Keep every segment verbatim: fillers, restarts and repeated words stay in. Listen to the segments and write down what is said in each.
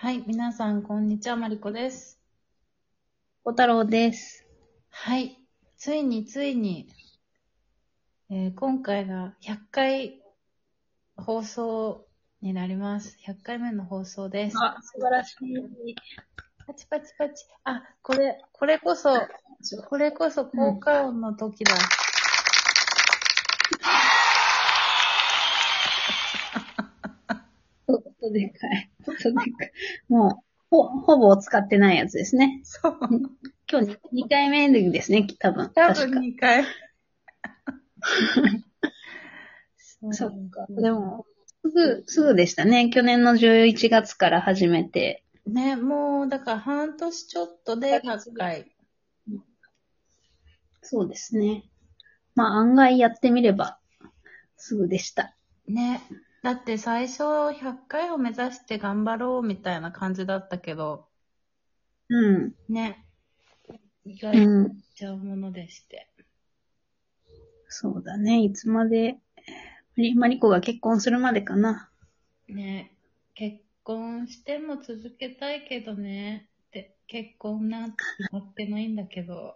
はい、皆さん、こんにちは、まりこです。 小太郎です。 はい、ついについに、えー今回がひゃっかい放送になります。ひゃっかいめの放送です。 あ、素晴らしい。 パチパチパチ。あ、これ、これこそ、これこそ効うん。 果音の時だ。 音でかい。音でかい。もう、ほ、ほぼ使ってないやつですね。 そう。 ん今日にかいめですね、多分。 多分確か。 にかい。そうそっか。でも、すぐ、すぐでしたね。去年のじゅういちがつから始めて。 ね、もう、だから半年ちょっとでひゃっかい。 そうですね。まあ、案外やってみれば、すぐでした。 ね。だって最初ひゃっかいを目指して頑張ろうみたいな感じだったけど、 うん。 ね。意う外といっん。 ちゃうものでして。 そうだね。いつまで、マリマリコが結婚するまでかな。 ね。結婚しても続けたいけどね。って、結婚なんて決まってないんだけど。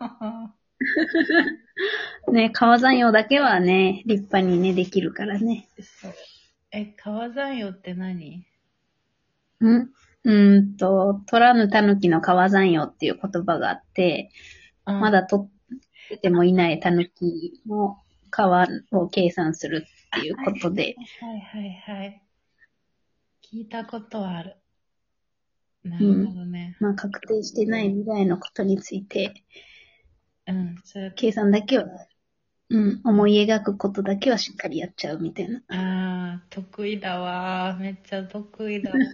ね、川山用だけはね、立派にね、できるからね。 そう。え、川山用って何？ んうーんと、取らぬ狸の川山用っていう言葉があって、まあ、 だ取っててもいない狸の皮を計算するっていうはいことで、 はいはいはい。聞いたことある。なるほうん。 どね。 まあ、確定してない未来のことについて、 うん、それ、 計算だけは、うん、思い描くことだけはしっかりやっちゃうみたいな。 ああ、得意だわ。めっちゃ得意だわ。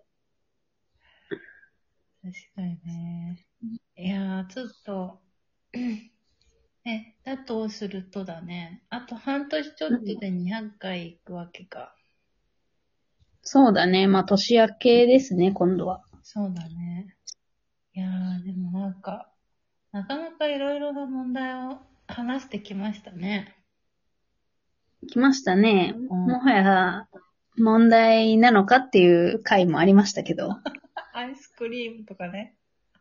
確かにね。いやー、ちょっと、え、だとするとだね。あと半年ちょうん、 っとでにひゃっかい行くわけか。 そうだね。まあ、年明けですね、今度は。 そうだね。いやー、でもなんか、なかなかいろいろな問題を話してきましたね。 来ましたね。 うん。 もはや、問題なのかっていう回もありましたけど。 アイスクリームとかね。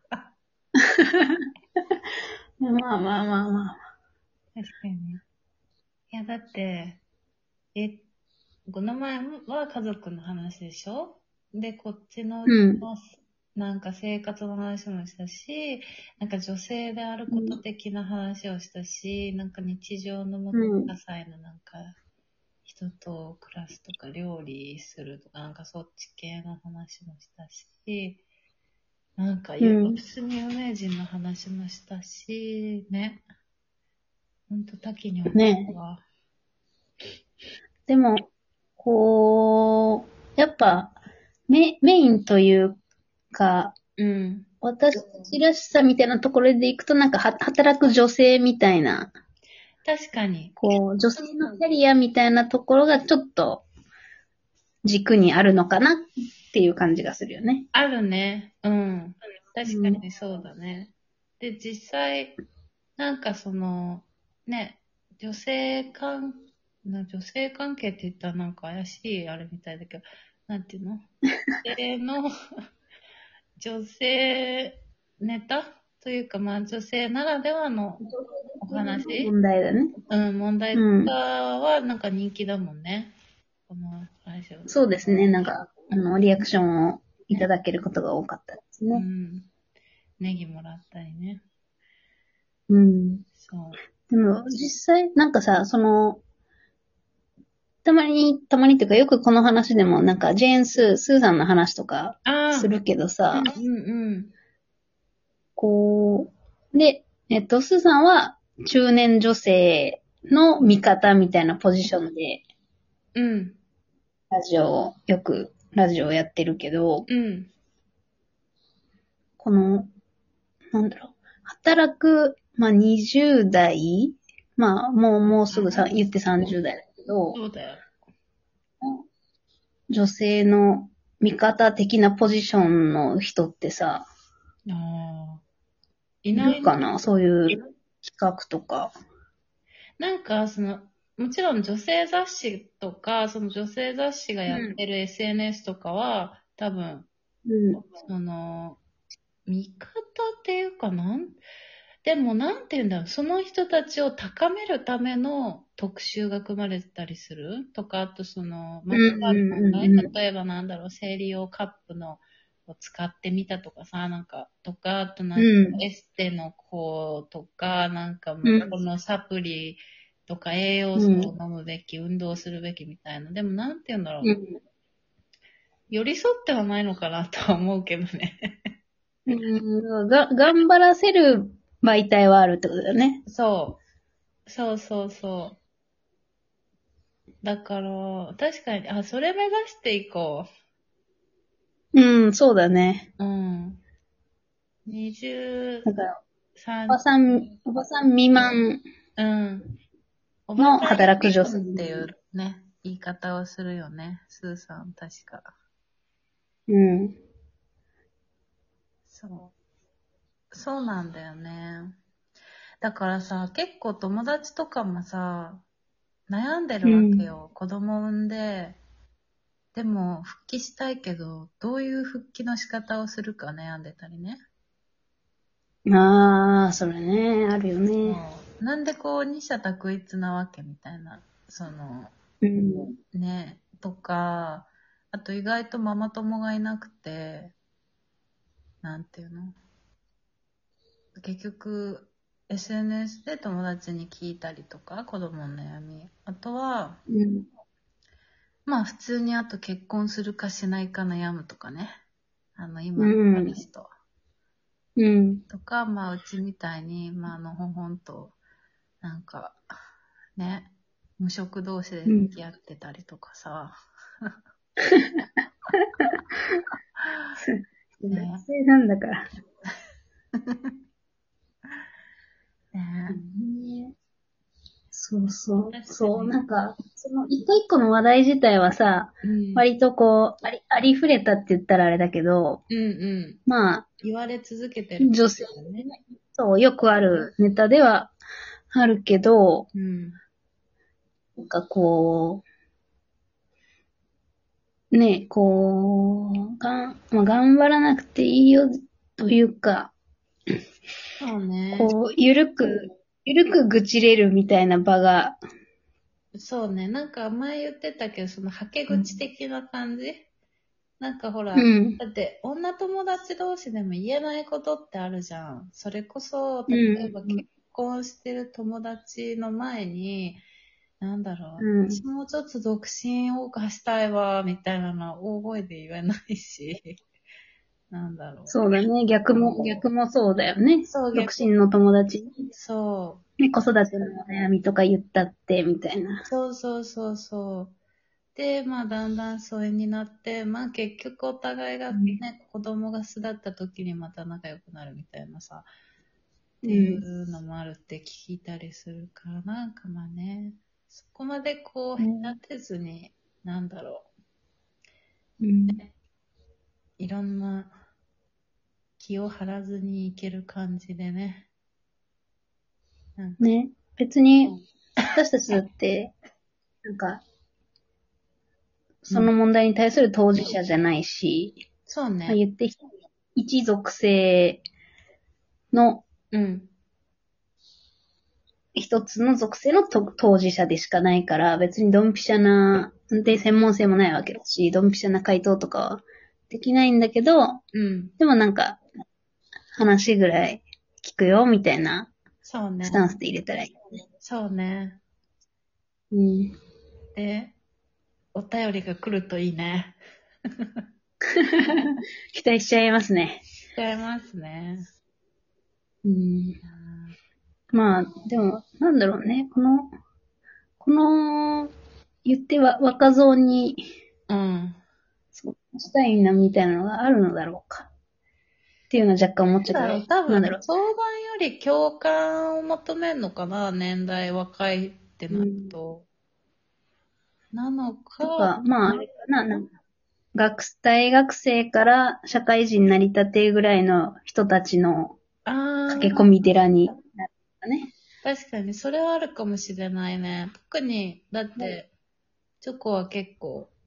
まあまあまあまあ。 確かにね。いや、だって、え、この前は家族の話でしょ？で、こっちの、 うん。 なんか生活の話もしたし、なんか女性であること的な話をしたし、なんか日常のもうの、 ん。 些細ななんか人と暮らすとか料理するとか、なんかそっち系の話もしたし、なんかうん。 普通に有名人の話もしたし、ね。ほんと多岐にわたっねえ。 たわ。 でも、こう、やっぱ、メ、メインというか、 うん。 私らしさみたいなところでいくと、なんかは、働く女性みたいな、 確かに。 こう、女性のキャリアみたいなところがちょっと軸にあるのかなっていう感じがするよね。 あるね。うん。確かうん。 にそうだね。で、実際、なんかその、ね、女性関、な女性関係って言ったらなんか怪しいあれみたいだけど、なんていうの？女性の、女性ネタというか、まあ女性ならではのお話、 問題だね。 うん、問題とかうん。 はなんか人気だもんね。この話を。 そうですね。なんか、あの、リアクションをいただけることが多かったですね。 うん。ネギもらったりね。 うん。 そでも、実際、なんかさ、その、たまに、たまにっていうか、よくこの話でも、なんか、ジェーン・スー、スーザンの話とかう。ああ、 するけどうんさ、 うんうん。 こう、で、えっと、スーザンは中年女性の味方みたいなポジションで、 うん。 ラジオを、よくラジオをやってるけど、 うん。 この、なんだろう、働く、まあ、にじゅう代、まあ、もう、もうすぐさ、言ってさんじゅう代だけど、 そうだよ。 女性の味方的なポジションの人ってさ、 ああ。いいないね。 るかなそういう企画とか。 なんか、その、もちろん女性雑誌とか、その女性雑誌がうん。 やってる エスエヌエス とかは、多分、 うん。 その、味方っていうかなん、でもなんて言うんだろう、その人たちを高めるための特集が組まれてたりするとか、あとその、 うんまつわる問題、 うんうん例えばなんだろう、生理用カップのを使ってみたとかさ、なんか、とか、あとなんか、 うん。 エステの子とか、なんかもう、 うん。 このサプリとか栄養うん。 素を飲むべき、運動するべきみたいな。でもなんて言うんだろう。 うん。 寄り添ってはないのかなとは思うけどね。 うん。が、頑張らせる媒体はあるってことだよね。 そう。そうそうそう。だから、確かに、あ、それ目指していこうん、そうだね。 う。うん。 だから、 にじゅうさん、 おばさん、おばさん未満うん。おばのさん予働く女性。 備軍っていうね、言い方をするよね。スーさん、確か。 うん。 そう。そうなんだよね。だからさ、結構友達とかもさ、悩んでるわけうん。 よ。子供産んで、でも復帰したいけど、どういう復帰の仕方をするか悩んでたりね。 ああ、それね、あるよね。 もう、なんでこう二者択一なわけみたいな。その、 うん。 ね、とか、あと意外とママ友がいなくて、なんていうの結局、エスエヌエス で友達に聞いたりとか、子供の悩み。あとは、 うん。 まあ普通にあと結婚するかしないか悩むとかね。あの、 う今の彼ん。 氏と。 うん。 とか、まあうちみたいに、まああの、ほほんと、なんか、ね、無職同士でうん。 付き合ってたりとかさ。 学ね。 生なんだから。うね。 ん。そうそう。そう。 確かに。 なんか、その一個一個の話題自体はさ、 うん。 割とこう、あり、ありふれたって言ったらあれだけど、 うんうん。 まあ、 言われ続けてるこ女性、 とだね。 そう、よくあるネタではあるけど、 うん。 なんかこう、ね、こう、がん、まあ、頑張らなくていいよというか、 そうね。 こう、ゆるく、ゆるく愚痴れるみたいな場が、 そうね。なんか前言ってたけど、その、はけ口的な感じなんかほうら、 ん、 だって女友達同士でも言えないことってあるじゃん。それこそ、例うん、 えば結婚してる友達の前に、なんだろう、 うん。 私もうちょっと独身謳歌したいわ、みたいなのは大声で言えないし、なんだろそうだね。逆も、逆もそうだよね。 う。そう、逆、 独身の友達に、 そう。 ね、子育ての悩みとか言ったって、みたいな。 そうそうそうそう。で、まあ、だんだん疎遠になって、まあ、結局お互いがうん。 ね、子供が巣立った時にまた仲良くなるみたいなさ、っていうん。 うのもあるって聞いたりするから、なんかまあね、そこまでこう、 ね。 隔てずに、なんだろうん。 う、ね、いろんな気を張らずにいける感じでね、なんか、 ね。別に、私たちだって、なんか、 うん、 その問題に対する当事者じゃないし、まあ、 そうね、 言って一属性の、 うん、 一つの属性のと当事者でしかないから、別にドンピシャな、で、専門性もないわけだし、ドンピシャな回答とかはできないんだけど、 うん、 でもなんか、話ぐらい聞くよ、みたいなそうね、 スタンスで入れたらいい。 そうね。 うん。 で、お便りが来るといいね。 期待しちゃいますね。 しちゃいますね。 うん。 うん、 まあ、でも、なんだろうね。この、この、言っては若造に、 うん。 そうしたいなみたいなのがあるのだろうか。っていうのは若干思っちゃうけど、 なんだろう、多分、 なんだろう。 相談より共感を求めるのかな、年代若いってなるうん。 と。なのか、 とか、まあ、あれかな、なんか、学、大学生から社会人になりたてぐらいの人たちのあ駆け込み寺になるかね。 ー、確かにそれはあるかもしれないね。特に、だって、チョコは結構、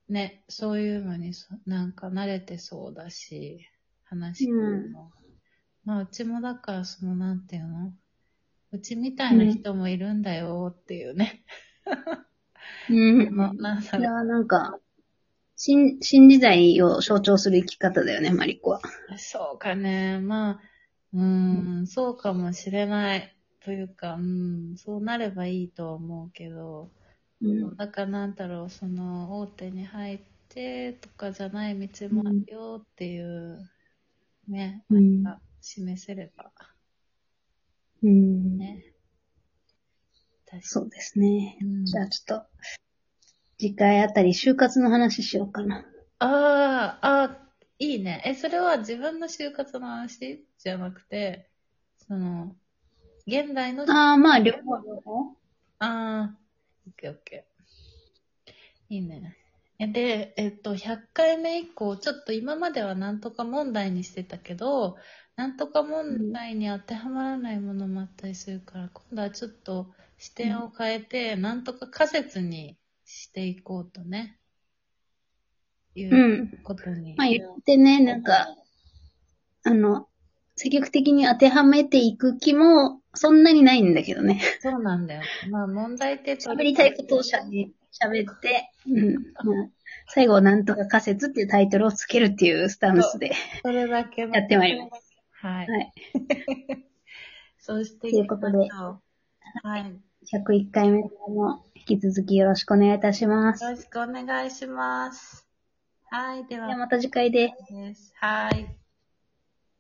ね、そういうのにそなんか慣れてそうだし、話聞くの。まあ、うちもだからその、なんていうのうちみたいな人もいるんだよっていうね。 うん。 あの、なんだろいやー、なんか、新、新時代を象徴する生き方だよね、マリコは。 う。そうかね。まあ、うーん、そうかもしれない。というか、うん、そうなればいいとは思うけど、 うん。 だからなんだろう、その、大手に入ってとかじゃない道もあうん。 るよっていう、ね、あれうん。 が示せれば、 うん。 ね、確かそうですね。 に。うん。 じゃあちょっと、次回あたり就活の話しようかな。 ああ、ああ、いいね。え、それは自分の就活の話じゃなくて、その、現代の、 ああ、まあ、両方両方。 ああ、オッケーオッケー。いいね。え、で、えっと、ひゃっかいめ以降、ちょっと今まではなんとか問題にしてたけど、なんとか問うん。 題に当てはまらないものもあったりするから、今度はちょっと視うん。 点を変えて、なんとか仮説にしていこうとね、いううん。 ことに。 まあ言ってね、なんか、あの、積極的に当てはめていく気も、そんなにないんだけどね。 そうなんだよ。まあ問題って取り喋りたいことをしゃべ、喋って、うん。まあ、最後、なんとか仮説っていうタイトルをつけるっていうスタンスでそれだけの、 やってまいります。 はい。 はい。 そうしてといいきましうことで、 ょう。はい。よひゃくいっかいめも引き続きよろしくお願いいたします。 ろしくお願いします。はい。では、 ではまた次回で。 です。はい。